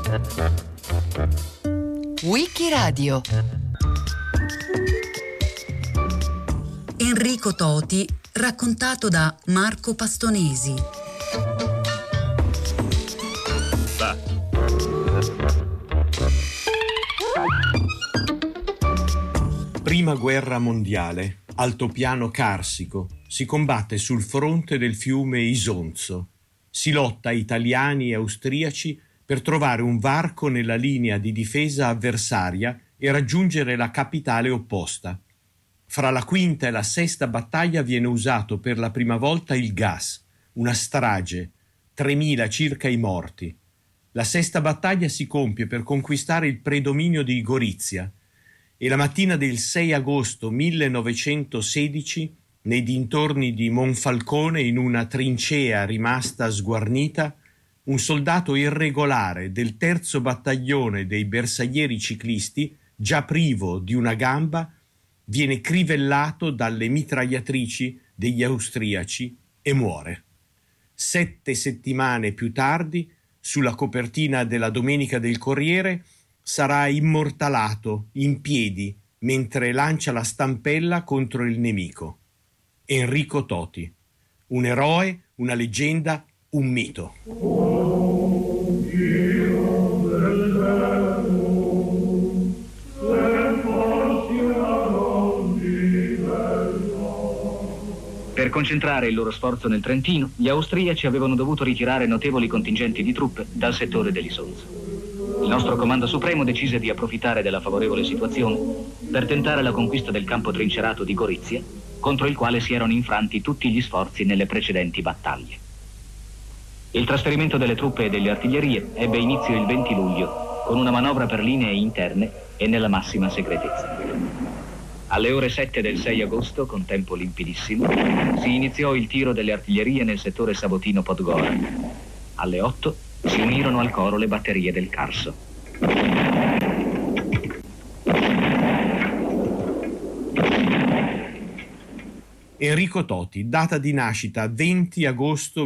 Wikiradio. Enrico Toti, raccontato da Marco Pastonesi. Prima guerra mondiale, altopiano carsico, si combatte sul fronte del fiume Isonzo. Si lotta italiani e austriaci per trovare un varco nella linea di difesa avversaria e raggiungere la capitale opposta. Fra la quinta e la sesta battaglia viene usato per la prima volta il gas, una strage, 3.000 circa i morti. La sesta battaglia si compie per conquistare il predominio di Gorizia e la mattina del 6 agosto 1916, nei dintorni di Monfalcone, in una trincea rimasta sguarnita, un soldato irregolare del terzo battaglione dei bersaglieri ciclisti, già privo di una gamba, viene crivellato dalle mitragliatrici degli austriaci e muore. 7 settimane più tardi, sulla copertina della Domenica del Corriere, sarà immortalato in piedi mentre lancia la stampella contro il nemico. Enrico Toti, un eroe, una leggenda, un mito. Per concentrare il loro sforzo nel Trentino, gli austriaci avevano dovuto ritirare notevoli contingenti di truppe dal settore dell'Isonzo. Il nostro comando supremo decise di approfittare della favorevole situazione per tentare la conquista del campo trincerato di Gorizia, contro il quale si erano infranti tutti gli sforzi nelle precedenti battaglie. Il trasferimento delle truppe e delle artiglierie ebbe inizio il 20 luglio, con una manovra per linee interne e nella massima segretezza. Alle ore 7 del 6 agosto, con tempo limpidissimo, si iniziò il tiro delle artiglierie nel settore Sabotino-Podgora. Alle 8 si unirono al coro le batterie del Carso. Enrico Toti, data di nascita 20 agosto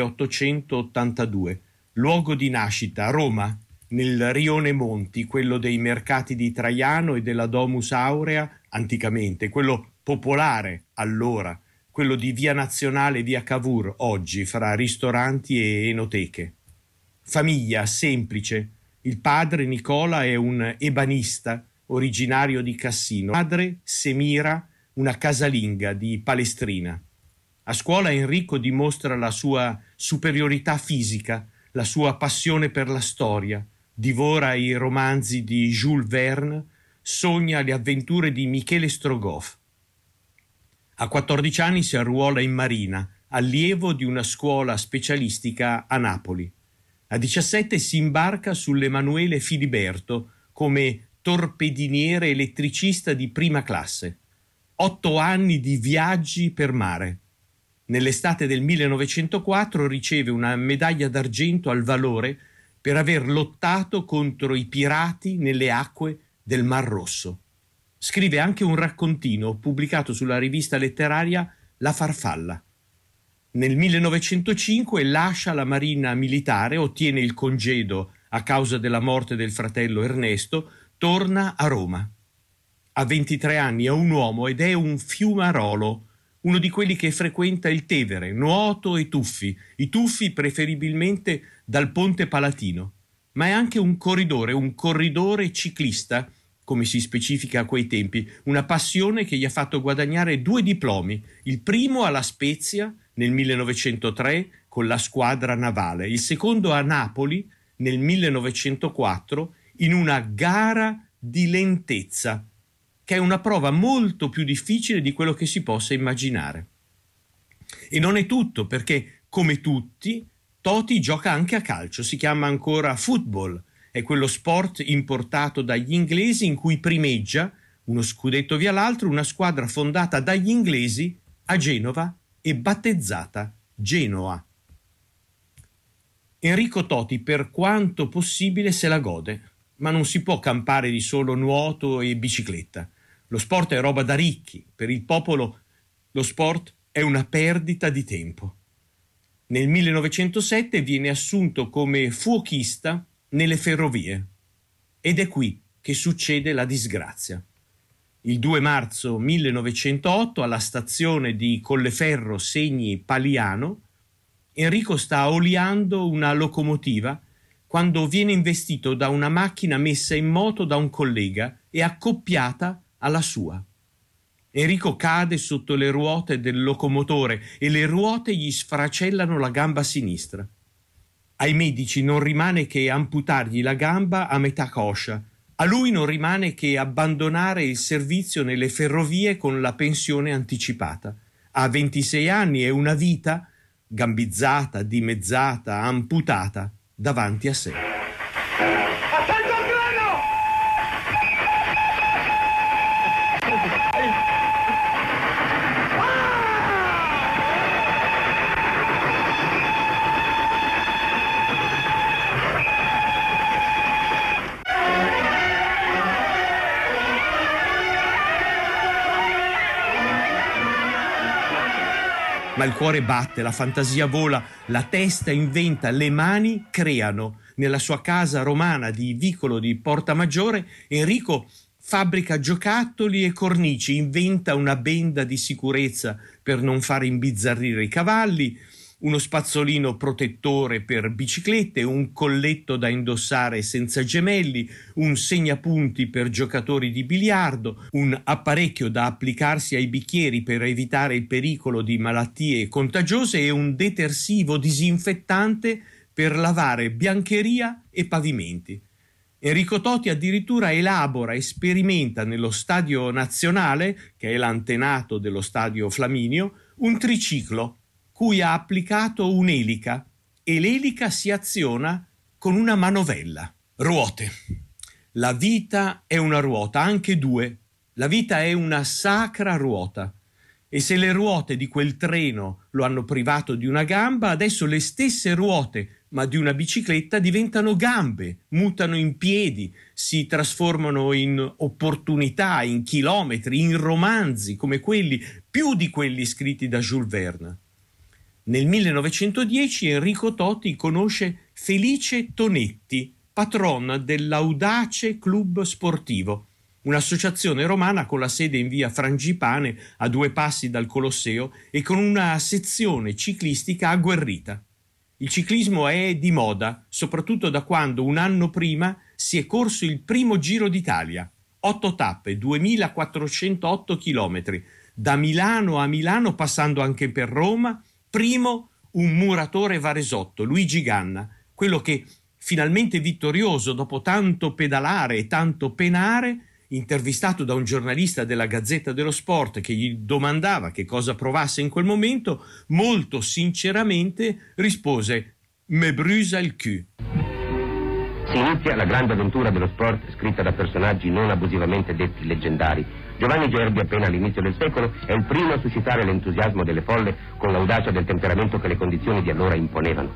1882, luogo di nascita Roma, nel Rione Monti, quello dei mercati di Traiano e della Domus Aurea anticamente, quello popolare allora, quello di Via Nazionale e Via Cavour oggi, fra ristoranti e enoteche. Famiglia semplice, il padre Nicola è un ebanista originario di Cassino, madre Semira, una casalinga di Palestrina. A scuola Enrico dimostra la sua superiorità fisica, la sua passione per la storia, divora i romanzi di Jules Verne, sogna le avventure di Michele Strogoff. A 14 anni si arruola in Marina, allievo di una scuola specialistica a Napoli. A 17 si imbarca sull'Emanuele Filiberto come torpediniere elettricista di prima classe. 8 anni di viaggi per mare. Nell'estate del 1904 riceve una medaglia d'argento al valore per aver lottato contro i pirati nelle acque del Mar Rosso. Scrive anche un raccontino pubblicato sulla rivista letteraria La Farfalla. Nel 1905 lascia la Marina Militare, ottiene il congedo a causa della morte del fratello Ernesto, torna a Roma. A 23 anni è un uomo ed è un fiumarolo, uno di quelli che frequenta il Tevere, nuoto e tuffi, i tuffi preferibilmente dal Ponte Palatino, ma è anche un corridore ciclista, come si specifica a quei tempi, una passione che gli ha fatto guadagnare 2 diplomi, il primo alla Spezia nel 1903 con la squadra navale, il secondo a Napoli nel 1904 in una gara di lentezza, che è una prova molto più difficile di quello che si possa immaginare. E non è tutto, perché come tutti Toti gioca anche a calcio, si chiama ancora football, è quello sport importato dagli inglesi in cui primeggia, uno scudetto via l'altro, una squadra fondata dagli inglesi a Genova e battezzata Genoa. Enrico Toti, per quanto possibile, se la gode, ma non si può campare di solo nuoto e bicicletta. Lo sport è roba da ricchi, per il popolo lo sport è una perdita di tempo. Nel 1907 viene assunto come fuochista nelle ferrovie. Ed è qui che succede la disgrazia. Il 2 marzo 1908, alla stazione di Colleferro Segni Paliano, Enrico sta oliando una locomotiva quando viene investito da una macchina messa in moto da un collega e accoppiata alla sua. Enrico cade sotto le ruote del locomotore e le ruote gli sfracellano la gamba sinistra. Ai medici non rimane che amputargli la gamba a metà coscia. A lui non rimane che abbandonare il servizio nelle ferrovie con la pensione anticipata. Ha 26 anni e una vita gambizzata, dimezzata, amputata davanti a sé. Attento al treno! Ma il cuore batte, la fantasia vola, la testa inventa, le mani creano. Nella sua casa romana di Vicolo di Portamaggiore, Enrico fabbrica giocattoli e cornici, inventa una benda di sicurezza per non far imbizzarrire i cavalli, uno spazzolino protettore per biciclette, un colletto da indossare senza gemelli, un segnapunti per giocatori di biliardo, un apparecchio da applicarsi ai bicchieri per evitare il pericolo di malattie contagiose e un detersivo disinfettante per lavare biancheria e pavimenti. Enrico Toti addirittura elabora e sperimenta nello Stadio Nazionale, che è l'antenato dello Stadio Flaminio, un triciclo cui ha applicato un'elica e l'elica si aziona con una manovella. Ruote. La vita è una ruota, anche due. La vita è una sacra ruota. E se le ruote di quel treno lo hanno privato di una gamba, adesso le stesse ruote, ma di una bicicletta, diventano gambe, mutano in piedi, si trasformano in opportunità, in chilometri, in romanzi come quelli, più di quelli scritti da Jules Verne. Nel 1910 Enrico Toti conosce Felice Tonetti, patron dell'Audace Club Sportivo, un'associazione romana con la sede in via Frangipane, a 2 passi dal Colosseo, e con una sezione ciclistica agguerrita. Il ciclismo è di moda, soprattutto da quando un anno prima si è corso il primo Giro d'Italia, 8 tappe, 2408 chilometri, da Milano a Milano passando anche per Roma. Primo un muratore varesotto, Luigi Ganna, quello che, finalmente vittorioso dopo tanto pedalare e tanto penare, intervistato da un giornalista della Gazzetta dello Sport che gli domandava che cosa provasse in quel momento, molto sinceramente rispose: «Me brusa il cul». Si inizia la grande avventura dello sport scritta da personaggi non abusivamente detti leggendari. Giovanni Gerbi, appena all'inizio del secolo, è il primo a suscitare l'entusiasmo delle folle con l'audacia del temperamento che le condizioni di allora imponevano.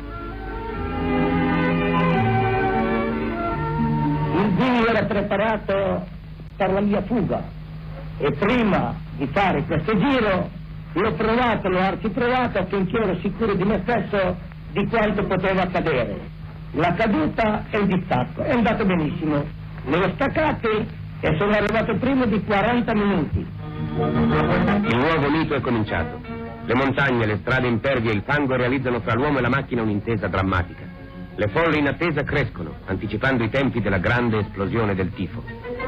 Il Dio era preparato per la mia fuga e prima di fare questo giro l'ho provato, l'ho archiprovato affinché ero sicuro di me stesso di quanto poteva accadere. La caduta e il distacco è andato benissimo. Me l'ho staccato e sono arrivato prima di 40 minuti. Il nuovo mito è cominciato. Le montagne, le strade impervie e il fango realizzano fra l'uomo e la macchina un'intesa drammatica. Le folle in attesa crescono, anticipando i tempi della grande esplosione del tifo.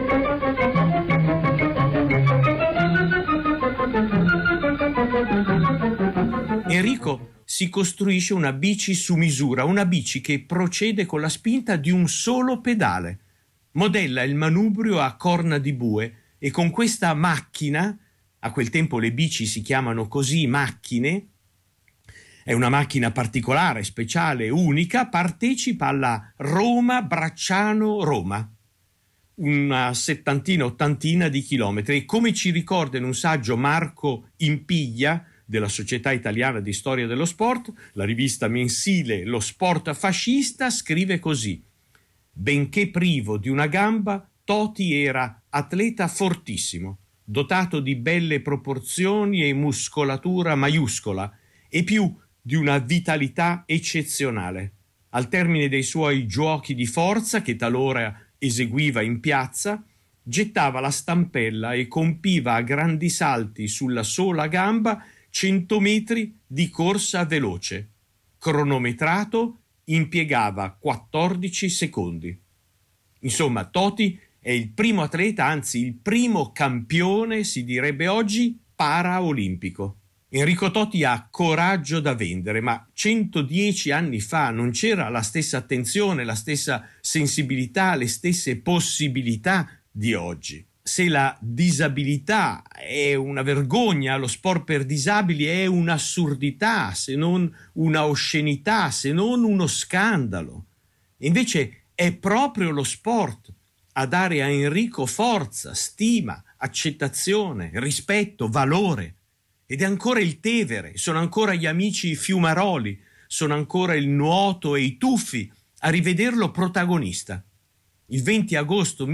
Enrico si costruisce una bici su misura, una bici che procede con la spinta di un solo pedale. Modella il manubrio a corna di bue e con questa macchina, a quel tempo le bici si chiamano così, macchine, è una macchina particolare, speciale, unica, partecipa alla Roma-Bracciano-Roma, una 70-80 di chilometri, e come ci ricorda in un saggio Marco Impiglia della Società Italiana di Storia dello Sport, la rivista mensile Lo Sport Fascista, scrive così: benché privo di una gamba, Toti era atleta fortissimo, dotato di belle proporzioni e muscolatura maiuscola, e più di una vitalità eccezionale. Al termine dei suoi giochi di forza, che talora eseguiva in piazza, gettava la stampella e compiva a grandi salti sulla sola gamba 100 metri di corsa veloce. Cronometrato, impiegava 14 secondi. Insomma, Toti è il primo atleta, anzi il primo campione, si direbbe oggi, paraolimpico. Enrico Toti ha coraggio da vendere, ma 110 anni fa non c'era la stessa attenzione, la stessa sensibilità, le stesse possibilità di oggi. Se la disabilità è una vergogna, lo sport per disabili è un'assurdità, se non una oscenità, se non uno scandalo. Invece è proprio lo sport a dare a Enrico forza, stima, accettazione, rispetto, valore. Ed è ancora il Tevere, sono ancora gli amici Fiumaroli, sono ancora il nuoto e i tuffi a rivederlo protagonista. Il 20 agosto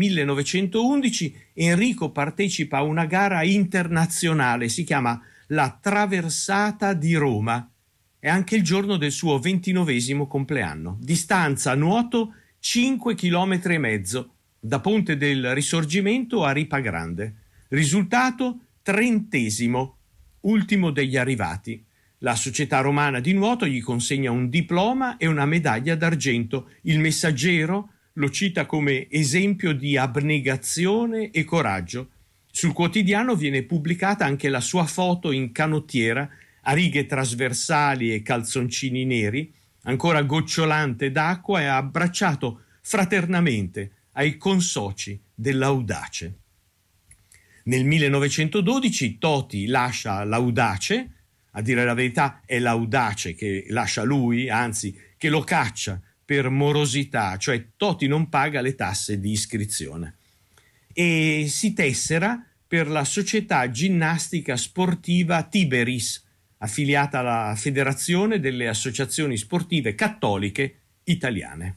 1911 Enrico partecipa a una gara internazionale, si chiama la Traversata di Roma. È anche il giorno del suo 29° compleanno. Distanza a nuoto 5,5 km, da Ponte del Risorgimento a Ripa Grande. Risultato 30°, ultimo degli arrivati. La Società Romana di Nuoto gli consegna un diploma e una medaglia d'argento. Il Messaggero lo cita come esempio di abnegazione e coraggio. Sul quotidiano viene pubblicata anche la sua foto in canottiera, a righe trasversali e calzoncini neri, ancora gocciolante d'acqua e abbracciato fraternamente ai consoci dell'Audace. Nel 1912 Toti lascia l'Audace, a dire la verità è l'Audace che lascia lui, anzi che lo caccia per morosità, cioè Toti non paga le tasse di iscrizione, e si tessera per la Società Ginnastica Sportiva Tiberis, affiliata alla Federazione delle Associazioni Sportive Cattoliche Italiane.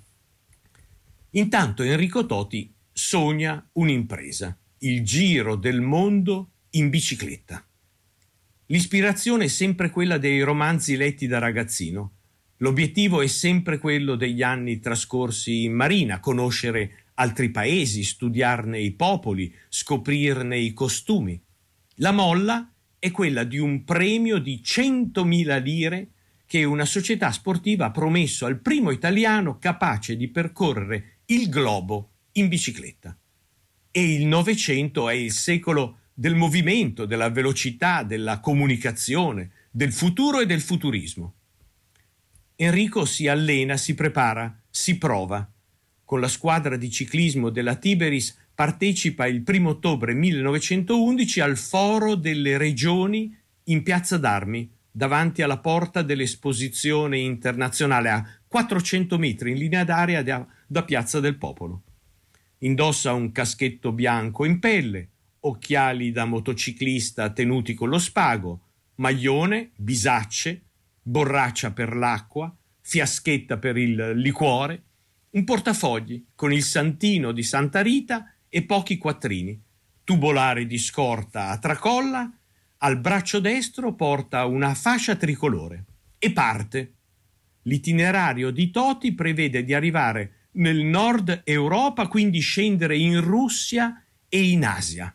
Intanto Enrico Toti sogna un'impresa, il giro del mondo in bicicletta. L'ispirazione è sempre quella dei romanzi letti da ragazzino. L'obiettivo è sempre quello degli anni trascorsi in marina, conoscere altri paesi, studiarne i popoli, scoprirne i costumi. La molla è quella di un premio di 100.000 lire che una società sportiva ha promesso al primo italiano capace di percorrere il globo in bicicletta. E il Novecento è il secolo del movimento, della velocità, della comunicazione, del futuro e del futurismo. Enrico si allena, si prepara, si prova. Con la squadra di ciclismo della Tiberis partecipa il 1 ottobre 1911 al Foro delle Regioni in Piazza d'Armi, davanti alla porta dell'Esposizione Internazionale, a 400 metri in linea d'aria da Piazza del Popolo. Indossa un caschetto bianco in pelle, occhiali da motociclista tenuti con lo spago, maglione, bisacce, borraccia per l'acqua, fiaschetta per il liquore, un portafogli con il santino di Santa Rita e pochi quattrini, tubolare di scorta a tracolla, al braccio destro porta una fascia tricolore e parte. L'itinerario di Toti prevede di arrivare nel nord Europa, quindi scendere in Russia e in Asia.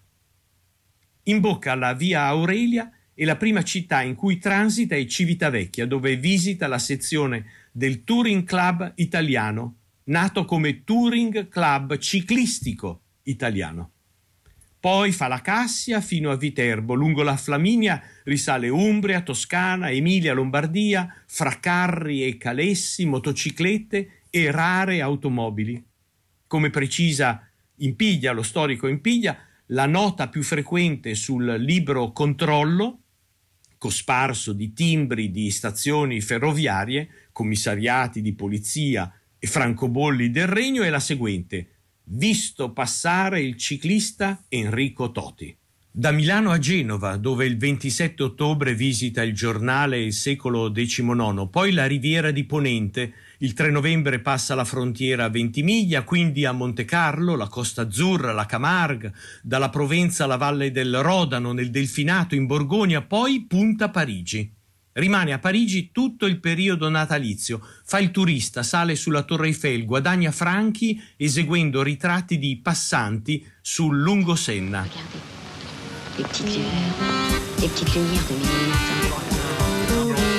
Imbocca la via Aurelia e la prima città in cui transita è Civitavecchia, dove visita la sezione del Touring Club Italiano, nato come Touring Club Ciclistico Italiano. Poi fa la Cassia fino a Viterbo, lungo la Flaminia risale Umbria, Toscana, Emilia, Lombardia, fra carri e calessi, motociclette e rare automobili. Come precisa Impiglia, lo storico Impiglia, la nota più frequente sul libro controllo, cosparso di timbri di stazioni ferroviarie, commissariati di polizia e francobolli del regno, è la seguente: visto passare il ciclista Enrico Toti. Da Milano a Genova, dove il 27 ottobre visita il giornale Il Secolo XIX, poi la Riviera di Ponente, il 3 novembre passa la frontiera a Ventimiglia, quindi a Montecarlo, la Costa Azzurra, la Camargue, dalla Provenza alla Valle del Rodano, nel Delfinato, in Borgogna, poi punta Parigi. Rimane a Parigi tutto il periodo natalizio, fa il turista, sale sulla Torre Eiffel, guadagna franchi eseguendo ritratti di passanti sul Lungosenna. Les petites lumières de minuit matin.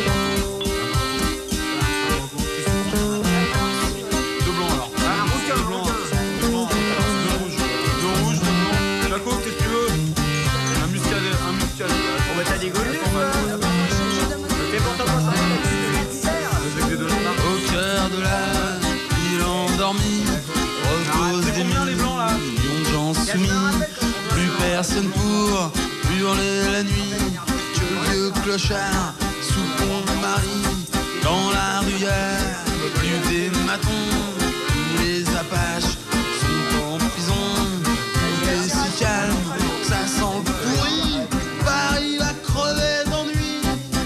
Au cœur de la ville endormie repose des millions de gens soumis. Plus personne pour hurler la nuit que le vieux clochard sous Pont-Marie. Dans la rue y'a plus des matons, tous les Apaches sont en prison. Il est si calme, ça sent le pourri. Paris va crever d'ennui.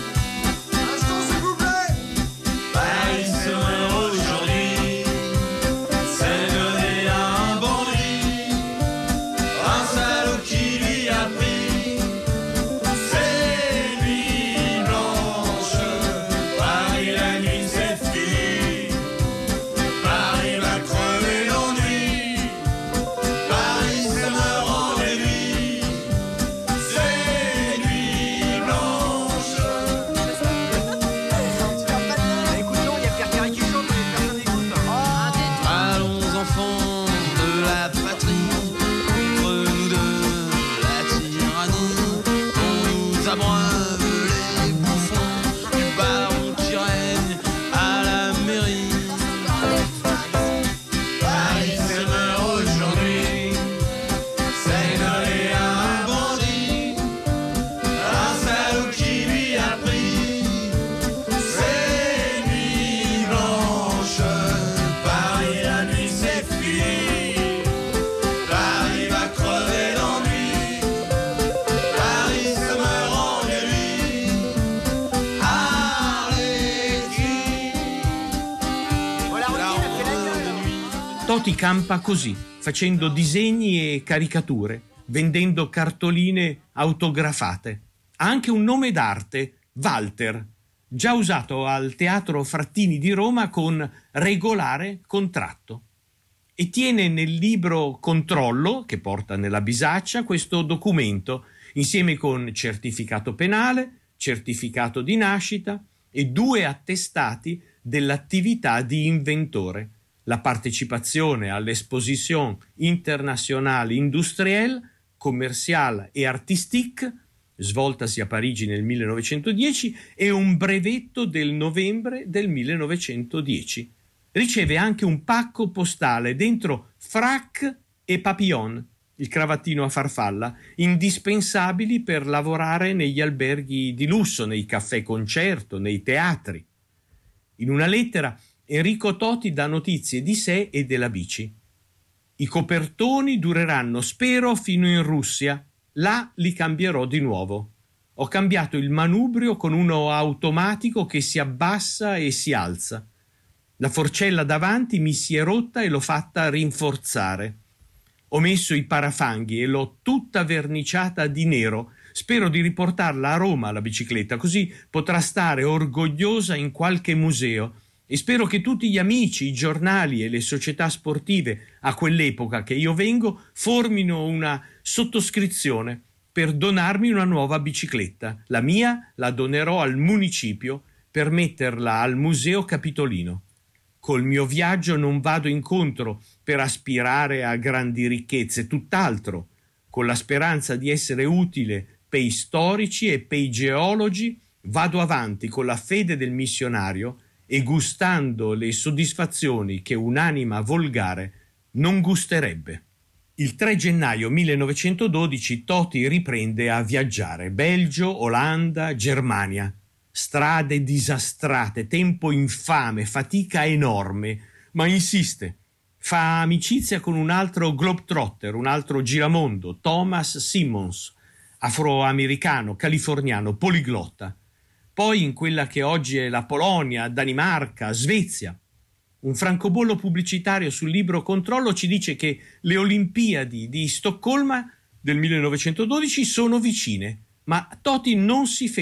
Paris se meurt aujourd'hui, c'est donné à un bandit, un salaud qui lui a pris ses nuits blanches. Paris la nuit c'est fini, Paris va crever d'ennui, Paris se meurt en nuit, ses nuits blanches. Écoutons, il y a Pierre Carré qui chante, mais personne n'écoute. Allons enfants de la patrie, contre nous deux la tyrannie. On nous abreuve les bouffons du baron qui règne à la mairie. Paris se meurt aujourd'hui, c'est donné à un bandit, un salaud qui lui a pris ses nuits blanches. Paris la nuit c'est fini, Paris va crever d'ennui, Paris se meurt en nuit. Arlequin. Voilà, Rocky, elle a fait la gueule. Toti campa così, facendo disegni e caricature, vendendo cartoline autografate. Ha anche un nome d'arte, Walter, già usato al Teatro Frattini di Roma con regolare contratto. E tiene nel libro Controllo, che porta nella bisaccia, questo documento, insieme con certificato penale, certificato di nascita e 2 attestati dell'attività di inventore. La partecipazione all'Exposition Internationale Industrielle, Commerciale et Artistique, svoltasi a Parigi nel 1910, e un brevetto del novembre del 1910. Riceve anche un pacco postale dentro frac e papillon, il cravattino a farfalla, indispensabili per lavorare negli alberghi di lusso, nei caffè concerto, nei teatri. In una lettera Enrico Toti dà notizie di sé e della bici. I copertoni dureranno, spero, fino in Russia. Là li cambierò di nuovo. Ho cambiato il manubrio con uno automatico che si abbassa e si alza. La forcella davanti mi si è rotta e l'ho fatta rinforzare. Ho messo i parafanghi e l'ho tutta verniciata di nero. Spero di riportarla a Roma la bicicletta, così potrà stare orgogliosa in qualche museo. E spero che tutti gli amici, i giornali e le società sportive a quell'epoca che io vengo formino una sottoscrizione per donarmi una nuova bicicletta. La mia la donerò al municipio per metterla al Museo Capitolino. Col mio viaggio non vado incontro per aspirare a grandi ricchezze, tutt'altro, con la speranza di essere utile per i storici e per i geologi, vado avanti con la fede del missionario e gustando le soddisfazioni che un'anima volgare non gusterebbe. Il 3 gennaio 1912 Toti riprende a viaggiare. Belgio, Olanda, Germania. Strade disastrate, tempo infame, fatica enorme, ma insiste. Fa amicizia con un altro globetrotter, un altro giramondo, Thomas Simmons, afroamericano, californiano, poliglotta. Poi in quella che oggi è la Polonia, Danimarca, Svezia. Un francobollo pubblicitario sul libro Controllo ci dice che le Olimpiadi di Stoccolma del 1912 sono vicine, ma Toti non si ferma,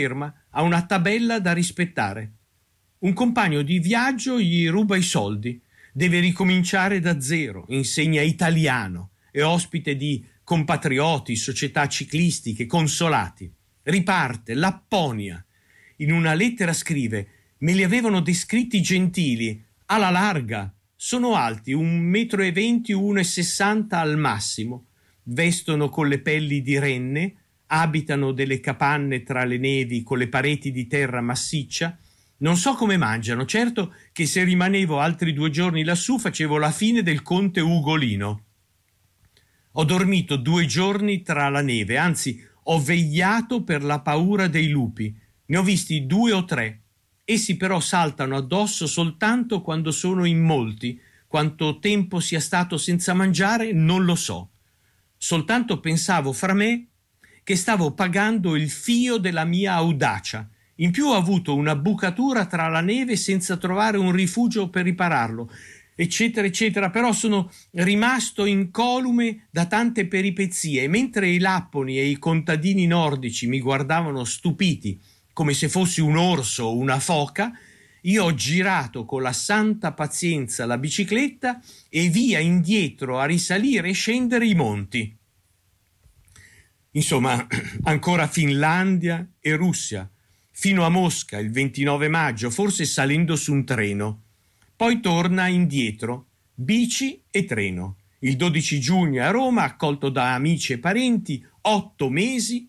ha una tabella da rispettare. Un compagno di viaggio gli ruba i soldi, deve ricominciare da zero, insegna italiano, è ospite di compatrioti, società ciclistiche, consolati. Riparte, Lapponia. In una lettera scrive: me li avevano descritti gentili, alla larga, sono alti 1,20 m, 1,60 m al massimo, vestono con le pelli di renne, abitano delle capanne tra le nevi con le pareti di terra massiccia. Non so come mangiano, certo che se rimanevo altri 2 giorni lassù facevo la fine del conte Ugolino. Ho dormito 2 giorni tra la neve, anzi ho vegliato per la paura dei lupi. Ne ho visti 2 o 3. Essi però saltano addosso soltanto quando sono in molti. Quanto tempo sia stato senza mangiare non lo so. Soltanto pensavo fra me che stavo pagando il fio della mia audacia. In più ho avuto una bucatura tra la neve senza trovare un rifugio per ripararlo, eccetera, eccetera. Però sono rimasto incolume da tante peripezie, e mentre i lapponi e i contadini nordici mi guardavano stupiti, come se fossi un orso o una foca, io ho girato con la santa pazienza la bicicletta e via indietro a risalire e scendere i monti. Insomma, ancora Finlandia e Russia, fino a Mosca il 29 maggio, forse salendo su un treno. Poi torna indietro, bici e treno. Il 12 giugno a Roma, accolto da amici e parenti, 8 mesi,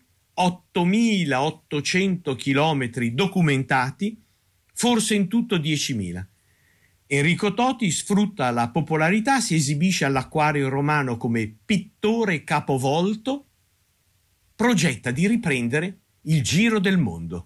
8.800 chilometri documentati, forse in tutto 10.000. Enrico Toti sfrutta la popolarità, si esibisce all'Acquario Romano come pittore capovolto, progetta di riprendere il giro del mondo.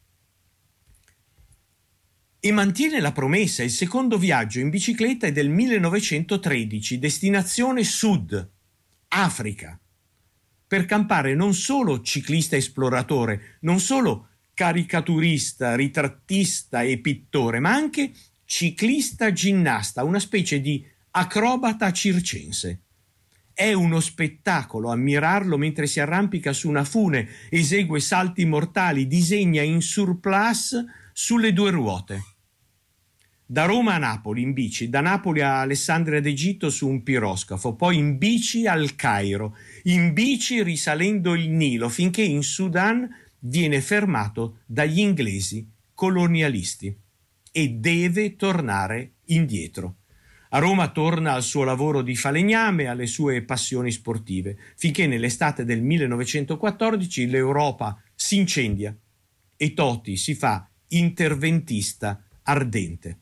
E mantiene la promessa. Il secondo viaggio in bicicletta è del 1913, destinazione Sud, Africa, per campare non solo ciclista esploratore, non solo caricaturista, ritrattista e pittore, ma anche ciclista ginnasta, una specie di acrobata circense. È uno spettacolo ammirarlo mentre si arrampica su una fune, esegue salti mortali, disegna in surplus sulle 2 ruote. Da Roma a Napoli in bici, da Napoli a Alessandria d'Egitto su un piroscafo, poi in bici al Cairo, in bici risalendo il Nilo, finché in Sudan viene fermato dagli inglesi colonialisti e deve tornare indietro. A Roma torna al suo lavoro di falegname, alle sue passioni sportive, finché nell'estate del 1914 l'Europa si incendia e Toti si fa interventista ardente.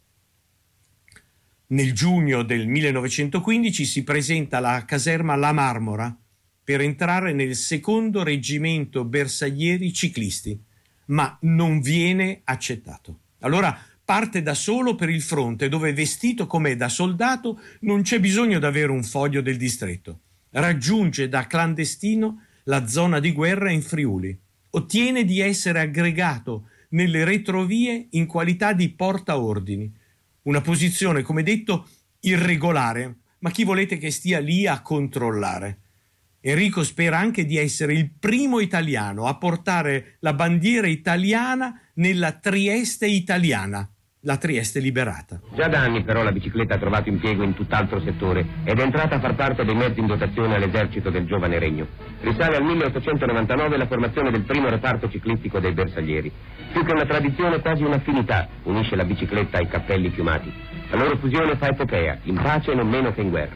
Nel giugno del 1915 si presenta alla caserma La Marmora per entrare nel secondo reggimento bersaglieri ciclisti, ma non viene accettato. Allora parte da solo per il fronte, dove, vestito com'è da soldato, non c'è bisogno di avere un foglio del distretto. Raggiunge da clandestino la zona di guerra in Friuli. Ottiene di essere aggregato nelle retrovie in qualità di portaordini. Una posizione, come detto, irregolare, ma chi volete che stia lì a controllare? Enrico spera anche di essere il primo italiano a portare la bandiera italiana nella Trieste italiana, la Trieste liberata. Già da anni però la bicicletta ha trovato impiego in tutt'altro settore ed è entrata a far parte dei mezzi in dotazione all'esercito del giovane regno. Risale al 1899 la formazione del primo reparto ciclistico dei bersaglieri. Più che una tradizione, quasi un'affinità unisce la bicicletta ai cappelli piumati. La loro fusione fa epopea, in pace non meno che in guerra.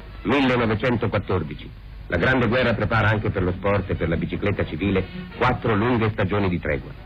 1914. La Grande Guerra prepara anche per lo sport e per la bicicletta civile 4 lunghe stagioni di tregua.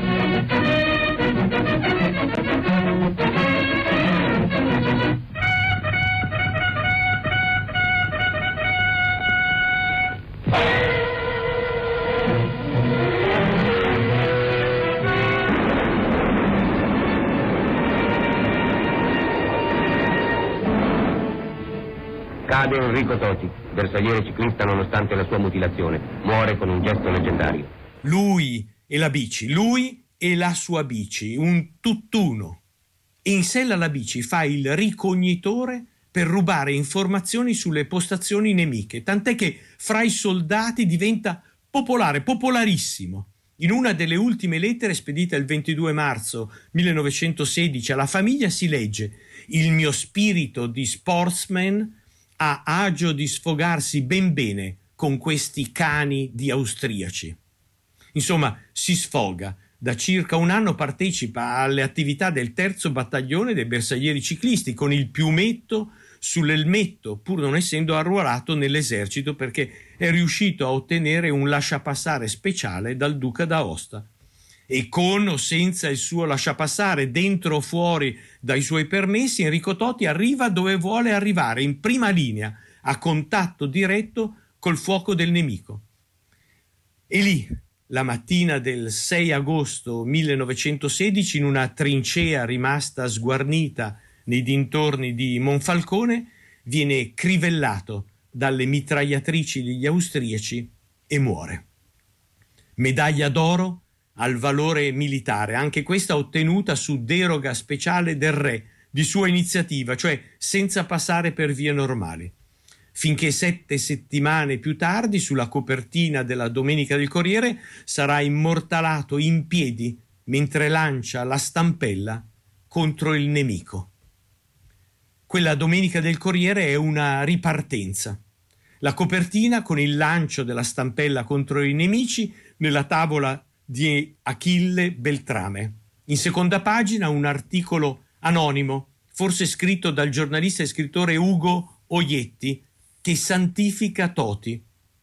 Cade Enrico Toti, bersagliere ciclista nonostante la sua mutilazione. Muore con un gesto leggendario. Lui e la bici, lui e la sua bici, un tutt'uno. E in sella alla bici fa il ricognitore per rubare informazioni sulle postazioni nemiche, tant'è che fra i soldati diventa popolare, popolarissimo. In una delle ultime lettere spedite il 22 marzo 1916 alla famiglia si legge: «Il mio spirito di sportsman ha agio di sfogarsi ben bene con questi cani di austriaci». Insomma, si sfoga. Da circa un anno partecipa alle attività del 3° battaglione dei bersaglieri ciclisti con il piumetto sull'elmetto, pur non essendo arruolato nell'esercito, perché è riuscito a ottenere un lasciapassare speciale dal duca d'Aosta. E con o senza il suo lasciapassare, dentro o fuori dai suoi permessi, Enrico Toti arriva dove vuole arrivare, in prima linea, a contatto diretto col fuoco del nemico. E lì, la mattina del 6 agosto 1916, in una trincea rimasta sguarnita nei dintorni di Monfalcone, viene crivellato dalle mitragliatrici degli austriaci e muore. Medaglia d'oro al valore militare, anche questa ottenuta su deroga speciale del re, di sua iniziativa, cioè senza passare per vie normali. Finché 7 settimane più tardi, sulla copertina della Domenica del Corriere, sarà immortalato in piedi mentre lancia la stampella contro il nemico. Quella Domenica del Corriere è una ripartenza. La copertina con il lancio della stampella contro i nemici nella tavola di Achille Beltrame. In seconda pagina un articolo anonimo, forse scritto dal giornalista e scrittore Ugo Oietti, che santifica Toti.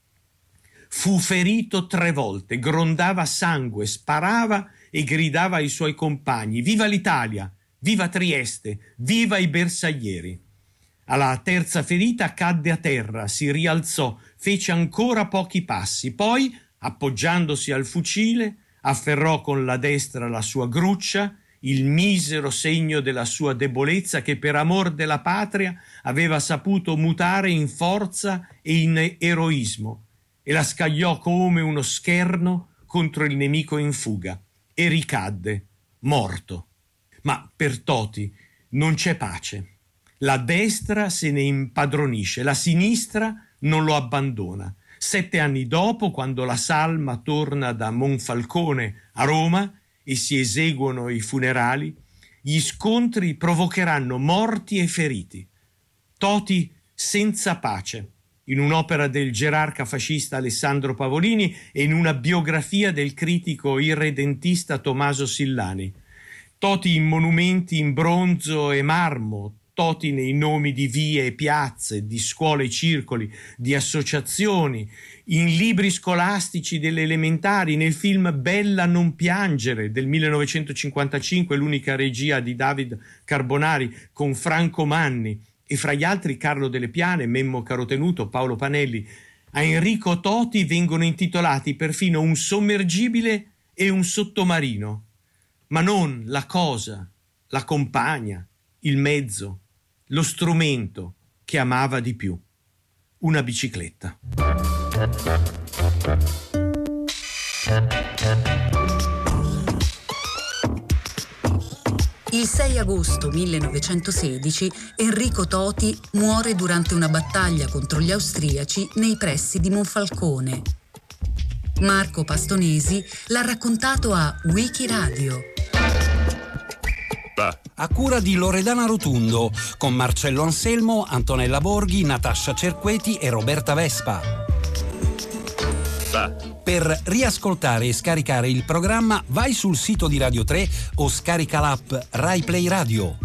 Fu ferito 3 volte, grondava sangue, sparava e gridava ai suoi compagni: «Viva l'Italia! Viva Trieste! Viva i bersaglieri!» Alla 3ª ferita cadde a terra, si rialzò, fece ancora pochi passi, poi, appoggiandosi al fucile, afferrò con la destra la sua gruccia, il misero segno della sua debolezza che per amor della patria aveva saputo mutare in forza e in eroismo, e la scagliò come uno scherno contro il nemico in fuga, e ricadde, morto. Ma per Toti non c'è pace. La destra se ne impadronisce, la sinistra non lo abbandona. 7 anni dopo, quando la salma torna da Monfalcone a Roma e si eseguono i funerali, gli scontri provocheranno morti e feriti. Toti senza pace, in un'opera del gerarca fascista Alessandro Pavolini e in una biografia del critico irredentista Tommaso Sillani. Toti in monumenti in bronzo e marmo, Toti nei nomi di vie e piazze, di scuole e circoli, di associazioni, in libri scolastici delle elementari, nel film Bella non piangere del 1955, l'unica regia di David Carbonari con Franco Manni, e fra gli altri Carlo Delle Piane, Memmo Carotenuto, Paolo Panelli. A Enrico Toti vengono intitolati perfino un sommergibile e un sottomarino, ma non la cosa, la compagna, il mezzo, lo strumento che amava di più, una bicicletta. Il 6 agosto 1916 Enrico Toti muore durante una battaglia contro gli austriaci nei pressi di Monfalcone. Marco Pastonesi l'ha raccontato a Wikiradio. A cura di Loredana Rotundo, con Marcello Anselmo, Antonella Borghi, Natascia Cerqueti e Roberta Vespa. Per riascoltare e scaricare il programma vai sul sito di Radio 3 o scarica l'app Rai Play Radio.